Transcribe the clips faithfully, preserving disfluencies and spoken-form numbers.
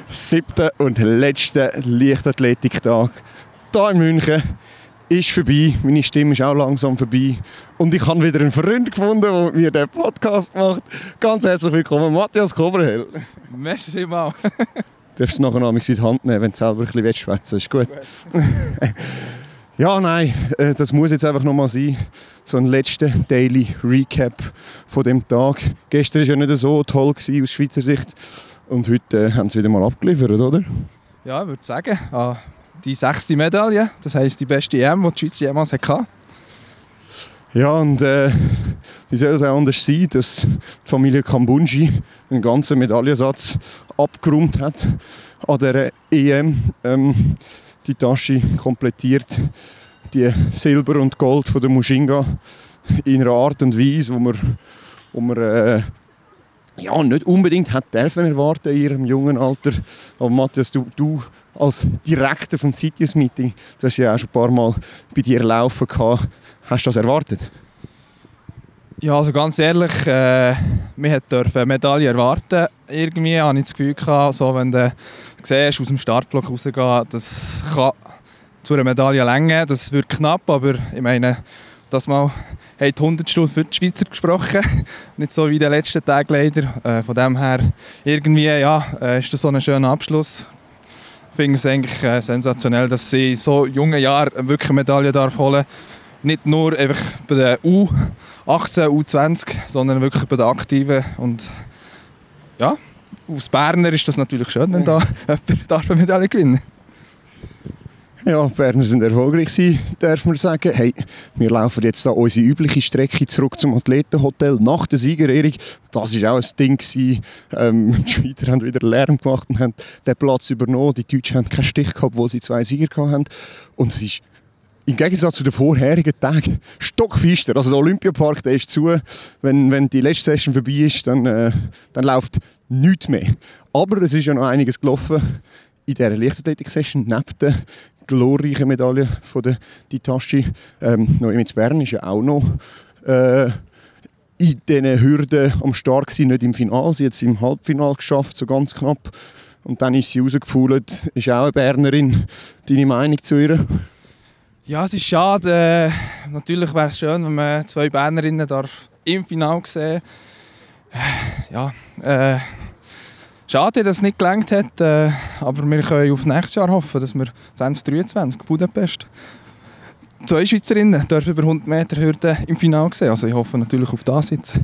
siebter und letzter Leichtathletiktag hier in München ist vorbei. Meine Stimme ist auch langsam vorbei. Und ich habe wieder einen Freund gefunden, der mit mir diesen Podcast macht. Ganz herzlich willkommen, Matthias Koberhell. Merci vielmals. Du darfst es nachher noch in die Hand nehmen, wenn du selber ein bisschen schwätzen willst. Ist gut. Ja, nein, das muss jetzt einfach noch mal sein. So ein letzter Daily Recap von dem Tag. Gestern war ja nicht so toll gewesen aus Schweizer Sicht. Und heute äh, haben sie wieder mal abgeliefert, oder? Ja, ich würde sagen, ah, die sechste Medaille, das heisst die beste E M, die die Schweiz jemals hatte. Ja, und äh, wie soll es auch anders sein, dass die Familie Kambunji einen ganzen Medaillensatz abgeräumt hat an dieser E M. Ähm, die Tasche komplettiert die Silber und Gold von der Mushinga in einer Art und Weise, wo man, wo man äh, ja, nicht unbedingt hat dürfen erwarten in ihrem jungen Alter. Aber Matthias, du, du als Direktor vom Citius Meeting, du hast ja auch schon ein paar Mal bei dir laufen gehabt. Hast du das erwartet? Ja, also ganz ehrlich, äh, wir durften eine Medaille erwarten. Irgendwie hatte ich das Gefühl gehabt, so, wenn du siehst, aus dem Startblock rausgehen, das kann zu einer Medaille länger. Das wird knapp, aber ich meine, das Mal haben die hundert Stunden für die Schweizer gesprochen. Nicht so wie in den letzten Tagen leider. Äh, von dem her, irgendwie, ja, äh, ist das so ein schöner Abschluss. Ich finde es eigentlich äh, sensationell, dass sie in so jungen Jahren wirklich eine Medaille darf holen darf. Nicht nur einfach bei den U achtzehn, U zwanzig, sondern wirklich bei den Aktiven. Und ja, aus Berner ist das natürlich schön, wenn da jemand eine Medaille gewinnen darf. Ja, die Berner sind erfolgreich gewesen, darf man sagen. Hey, wir laufen jetzt da unsere übliche Strecke zurück zum Athletenhotel nach der Siegerehrung. Das war auch ein Ding gewesen. Ähm, die Schweizer haben wieder Lärm gemacht und haben den Platz übernommen. Die Deutschen haben keinen Stich gehabt, wo sie zwei Sieger hatten. Und es ist im Gegensatz zu den vorherigen Tagen stockfinster. Also der Olympiapark, der ist zu. Wenn, wenn die letzte Session vorbei ist, dann, äh, dann läuft nichts mehr. Aber es ist ja noch einiges gelaufen in dieser Leichtathletik-Session, neben der glorreichen Medaille von der Ditachi. Ähm, Noemi zu Bern ist ja auch noch äh, in diesen Hürden am Start gewesen, nicht im Finale. Sie hat es im Halbfinale geschafft, so ganz knapp. Und dann ist sie rausgefallen. Ist auch eine Bernerin. Deine Meinung zu ihr? Ja, es ist schade. Äh, natürlich wäre es schön, wenn man zwei Bernerinnen darf im Finale sehen darf. Ja, äh, schade, dass es nicht gelangt hat, äh, aber wir können auf nächstes Jahr hoffen, dass wir zwanzig dreiundzwanzig Budapest zwei Schweizerinnen dürfen über hundert Meter Hürde im Finale sehen. Also ich hoffe natürlich auf das jetzt.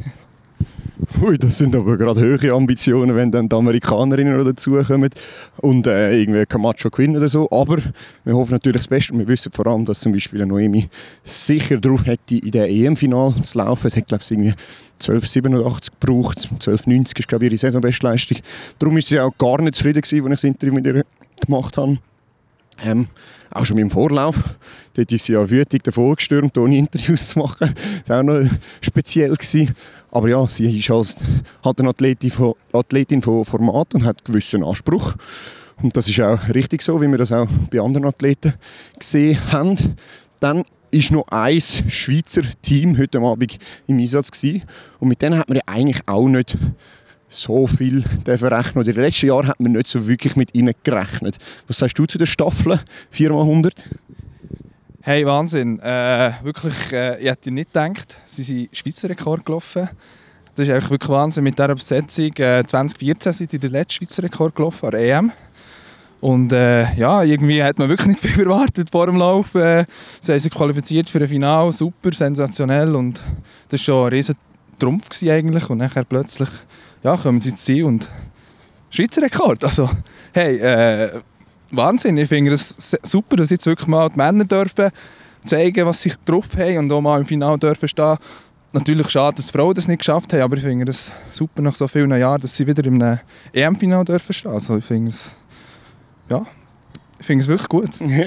Ui, das sind aber gerade hohe Ambitionen, wenn dann die Amerikanerinnen noch dazukommen und äh, irgendwie Camacho gewinnen oder so. Aber wir hoffen natürlich das Beste und wir wissen vor allem, dass zum Beispiel eine Noemi sicher darauf hätte, in der E M-Finale zu laufen. Es hat, glaube ich, irgendwie zwölf siebenundachtzig gebraucht. zwölf neunzig ist, glaube ich, ihre Saisonbestleistung. Darum war sie auch gar nicht zufrieden gewesen, als ich das Interview mit ihr gemacht habe. Ähm, auch schon mit dem Vorlauf. Dort ist sie ja wütig davor gestürmt, ohne Interviews zu machen. Das war auch noch speziell gewesen. Aber ja, sie ist als, hat eine Athletin von, Athletin von Format und hat einen gewissen Anspruch. Und das ist auch richtig so, wie wir das auch bei anderen Athleten gesehen haben. Dann war noch ein Schweizer Team heute Abend im Einsatz gewesen. Und mit denen hat man ja eigentlich auch nicht so viel verrechnen. In den letzten Jahren hat man nicht so wirklich mit ihnen gerechnet. Was sagst du zu den Staffeln vier mal hundert? Hey, Wahnsinn. Äh, wirklich, äh, ich hätte nicht gedacht, sie sind Schweizer Rekord gelaufen. Das ist eigentlich wirklich Wahnsinn. Mit dieser Besetzung äh, zwanzig vierzehn sind sie den letzten Schweizer Rekord gelaufen an der E M. Und äh, ja, irgendwie hat man wirklich nicht viel erwartet vor dem Lauf. Äh, sie haben sich qualifiziert für ein Finale, super, sensationell. Und das war schon ein riesen Trumpf eigentlich. Und nachher plötzlich ja, kommen sie ins Ziel und Schweizer Rekord. Also, hey, äh, Wahnsinn. Ich finde es super, dass jetzt wirklich mal die Männer dürfen zeigen, was sie drauf haben und auch mal im Finale dürfen stehen. Natürlich schade, dass die Frauen das nicht geschafft haben, aber ich finde es super nach so vielen Jahren, dass sie wieder im E M-Finale dürfen stehen. Also ich finde es, ja, ich finde es wirklich gut.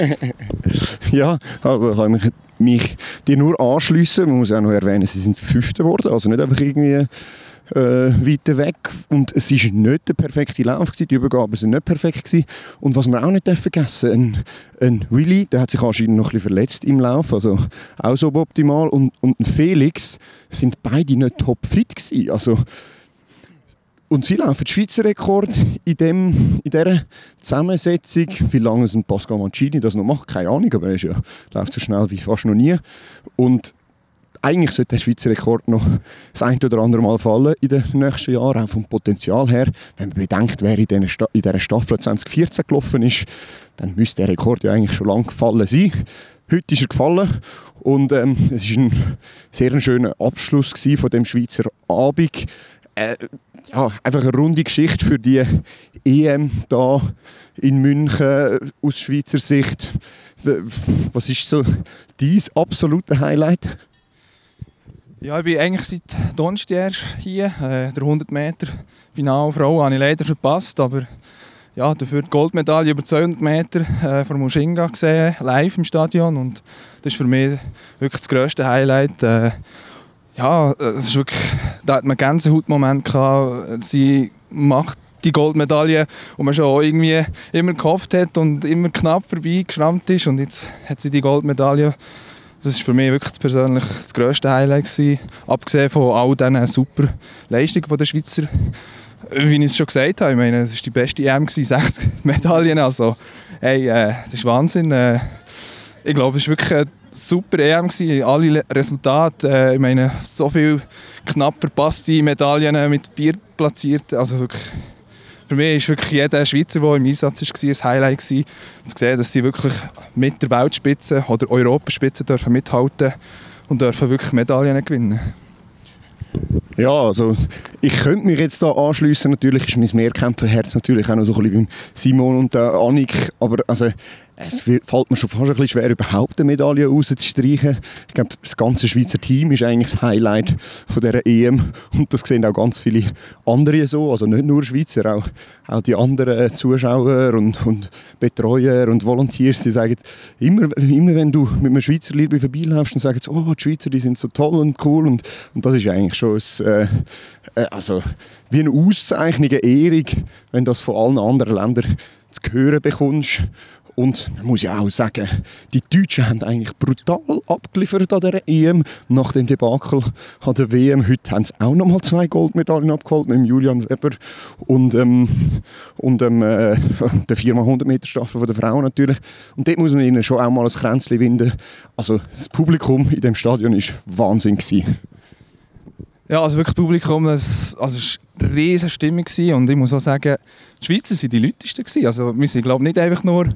Ja, also kann ich mich dir nur anschliessen. Man muss auch noch erwähnen, sie sind Fünfte geworden, also nicht einfach irgendwie Äh, weiter weg. Und es war nicht der perfekte Lauf gewesen, die Übergaben waren nicht perfekt gewesen. Und was wir auch nicht vergessen dürfen, ein, ein Willi, der hat sich anscheinend noch ein bisschen verletzt im Lauf, also auch so optimal. Und, und ein Felix sind beide nicht topfit gewesen. Also Und sie laufen den Schweizer Rekord in, dem, in dieser Zusammensetzung. Wie lange es ein Pascal Mancini das noch macht, keine Ahnung, aber er ist ja, läuft so schnell wie fast noch nie. Und eigentlich sollte der Schweizer Rekord noch das ein oder andere Mal fallen in den nächsten Jahren, auch vom Potenzial her. Wenn man bedenkt, wer in dieser, Sta- in dieser Staffel zwanzig vierzehn gelaufen ist, dann müsste der Rekord ja eigentlich schon lange gefallen sein. Heute ist er gefallen und ähm, es war ein sehr schöner Abschluss von dem Schweizer Abend. Äh, ja, einfach eine runde Geschichte für die E M da in München aus Schweizer Sicht. Was ist so dein absolute Highlight? Ja, ich bin eigentlich seit Donnerstag hier. Äh, der hundert Meter Final Frau habe ich leider verpasst, aber ja, dafür die Goldmedaille über zweihundert Meter äh, von Mushinga gesehen, live im Stadion, und das ist für mich wirklich das grösste Highlight. Äh, ja, es ist wirklich, da hat man einen Gänsehautmoment gehabt. Sie macht die Goldmedaille, die man schon irgendwie immer gehofft hat und immer knapp vorbei geschrammt ist, und jetzt hat sie die Goldmedaille. Das war für mich wirklich persönlich das grösste Highlight gewesen, abgesehen von all diesen super Leistungen der Schweizer. Wie ich es schon gesagt habe, ich meine, es war die beste E M, sechs Medaillen, also hey, äh, das ist Wahnsinn. Äh, ich glaube, es war wirklich eine super E M gewesen, alle Resultate, äh, ich meine, so viele knapp verpasste Medaillen mit vier Platzierten, also wirklich. Für mich war wirklich jeder Schweizer, der im Einsatz war, ein Highlight gewesen, zu sehen, dass sie wirklich mit der Weltspitze oder Europaspitze dürfen mithalten und dürfen wirklich Medaillen gewinnen. Ja, also ich könnte mich jetzt da anschliessen. Natürlich ist mein Mehrkämpferherz natürlich auch noch so ein bisschen beim Simon und der Annik, aber also es fällt mir schon fast ein bisschen schwer, überhaupt eine Medaille rauszustreichen. Ich glaube, das ganze Schweizer Team ist eigentlich das Highlight von dieser E M. Und das sehen auch ganz viele andere so. Also nicht nur Schweizer, auch, auch die anderen Zuschauer und, und Betreuer und Volunteers, die sagen, immer, immer wenn du mit einem Schweizer Liebe vorbeiläufst, dann sagen sie, oh, die Schweizer, die sind so toll und cool. Und, und das ist eigentlich schon ein, äh, äh, also, wie eine Auszeichnung, eine Ehrung, wenn du das von allen anderen Ländern zu hören bekommst. Und man muss ja auch sagen, die Deutschen haben eigentlich brutal abgeliefert an dieser E M. Nach dem Debakel an der W M. Heute haben sie auch noch mal zwei Goldmedaillen abgeholt mit Julian Weber und, ähm, und ähm, äh, der vier mal hundert Meter Staffel der Frauen natürlich. Und dort muss man ihnen schon auch mal ein Kränzchen winden. Also das Publikum in dem Stadion war Wahnsinn gewesen. Ja, also wirklich das Publikum, das, also es war eine riesige Stimmung und ich muss auch sagen, die Schweizer waren die lautesten. Also wir sind, glaube ich, nicht einfach nur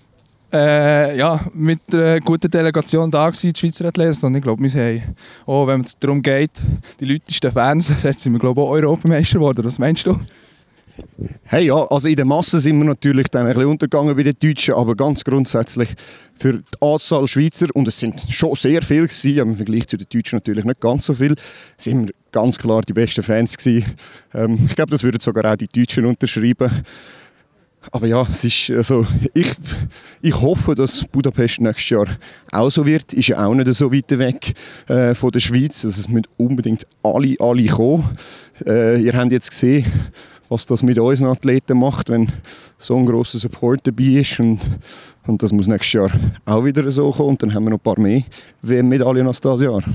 äh, ja, mit einer guten Delegation da gewesen, die Schweizer Athleten, sondern ich glaube, wir haben auch, wenn es darum geht, die lautesten Fans, jetzt sind wir, glaube ich, auch Europameister geworden. Was meinst du? Hey, ja, also in der Masse sind wir natürlich dann ein bisschen untergegangen bei den Deutschen, aber ganz grundsätzlich für die Anzahl Schweizer, und es sind schon sehr viele gewesen, aber im Vergleich zu den Deutschen natürlich nicht ganz so viel, sind wir ganz klar die besten Fans gewesen. Ähm, ich glaube, das würden sogar auch die Deutschen unterschreiben. Aber ja, es ist, also, ich, ich hoffe, dass Budapest nächstes Jahr auch so wird. Ist ja auch nicht so weit weg äh, von der Schweiz. Also es müssen unbedingt alle, alle kommen. Äh, ihr habt jetzt gesehen, was das mit unseren Athleten macht, wenn so ein grosser Support dabei ist. Und, und das muss nächstes Jahr auch wieder so kommen. Und dann haben wir noch ein paar mehr W M-Medaillen als dieses Jahr.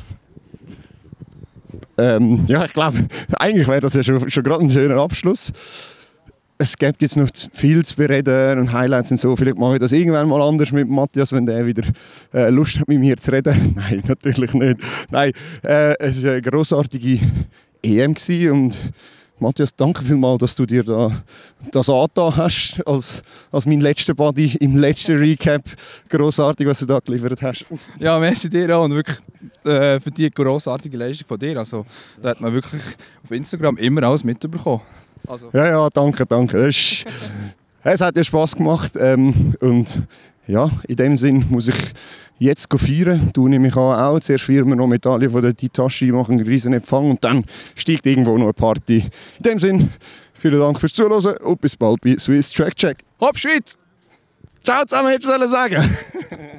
Ähm, ja, ich glaube, eigentlich wäre das ja schon, schon gerade ein schöner Abschluss. Es gibt jetzt noch viel zu bereden und Highlights und so. Vielleicht mache ich das irgendwann mal anders mit Matthias, wenn der wieder äh, Lust hat, mit mir zu reden. Nein, natürlich nicht. Nein, äh, es war eine grossartige E M gewesen und Matthias, danke vielmals, dass du dir da das angetan hast, als, als mein letzter Buddy im letzten Recap. Grossartig, was du da geliefert hast. Ja, merci dir auch und wirklich äh, für die grossartige Leistung von dir. Also, da hat man wirklich auf Instagram immer alles mitbekommen. Also. Ja, ja, danke, danke. Das ist, es hat dir Spass gemacht. Ähm, und ja, in dem Sinn muss ich jetzt feiern. Du nehme ich an auch. Zuerst feiern wir noch Medaille von der Ditashi, machen einen riesen Empfang und dann steigt irgendwo noch eine Party. In dem Sinn, vielen Dank fürs Zuhören und bis bald bei Swiss Track Check. Hopp Schweiz! Ciao zusammen, hättest du sagen sollen.